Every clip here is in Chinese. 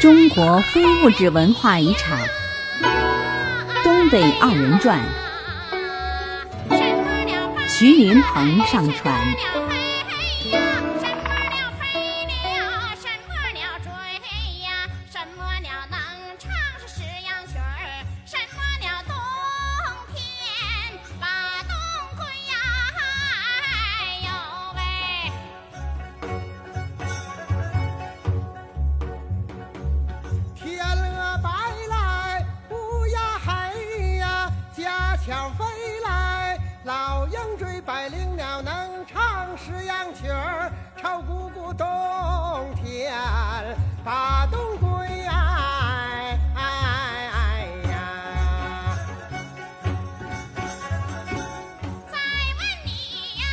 中国非物质文化遗产《东北二人转》，徐云鹏上传。 巧飞来，老鹰追百灵鸟，能唱十羊曲儿，唱鼓鼓冬天把冬归呀。 再问你呀，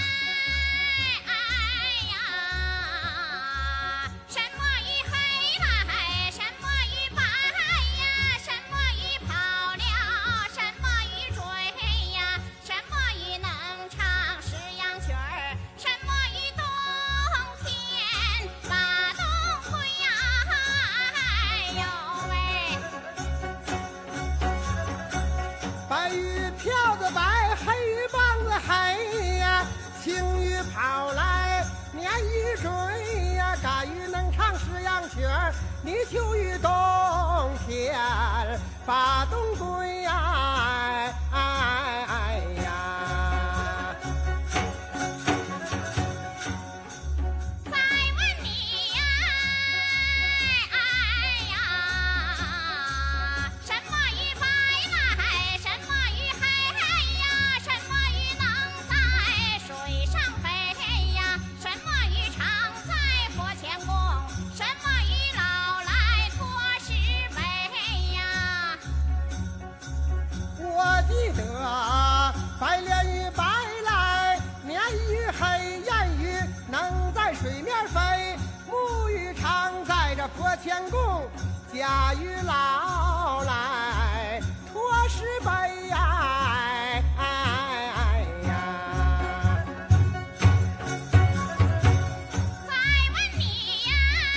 什么鱼黑来，什么鱼白呀，什么鱼跑了，什么鱼追呀，什么鱼能唱十羊曲儿，什么鱼冬天把冬归呀。哎呦喂， 白鱼跳得白，黑鱼棒子黑呀，青鱼跑来，鲶鱼追呀，嘎鱼能唱十羊曲儿，泥鳅鱼冬天把冬归呀。 再问你呀，什么鱼白来，什么鱼黑呀，什么鱼能在水上飞呀，什么鱼常在佛前供，什么鱼老来托石碑呀。 我记得白鲢鱼白来，鲶鱼黑，雁鱼能在水面飞，木鱼常在这佛前供，甲鱼老来托石碑呀。 再问你呀，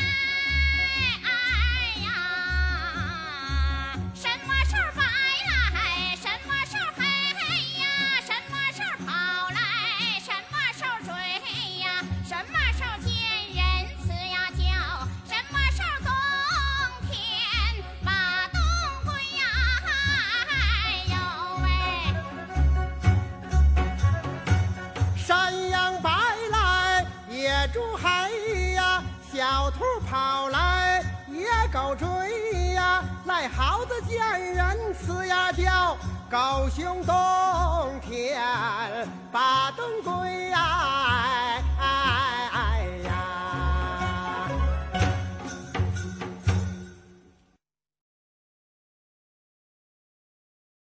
什么时候白来，什么时候黑呀，什么时候跑来，什么时候追呀，什么时候见人呲呀叫，什么时候冬天把冬归呀。哎呦喂， 山羊白来，野猪黑呀，小兔跑来，野狗追呀，癞耗子见人呲呀叫，狗熊冬天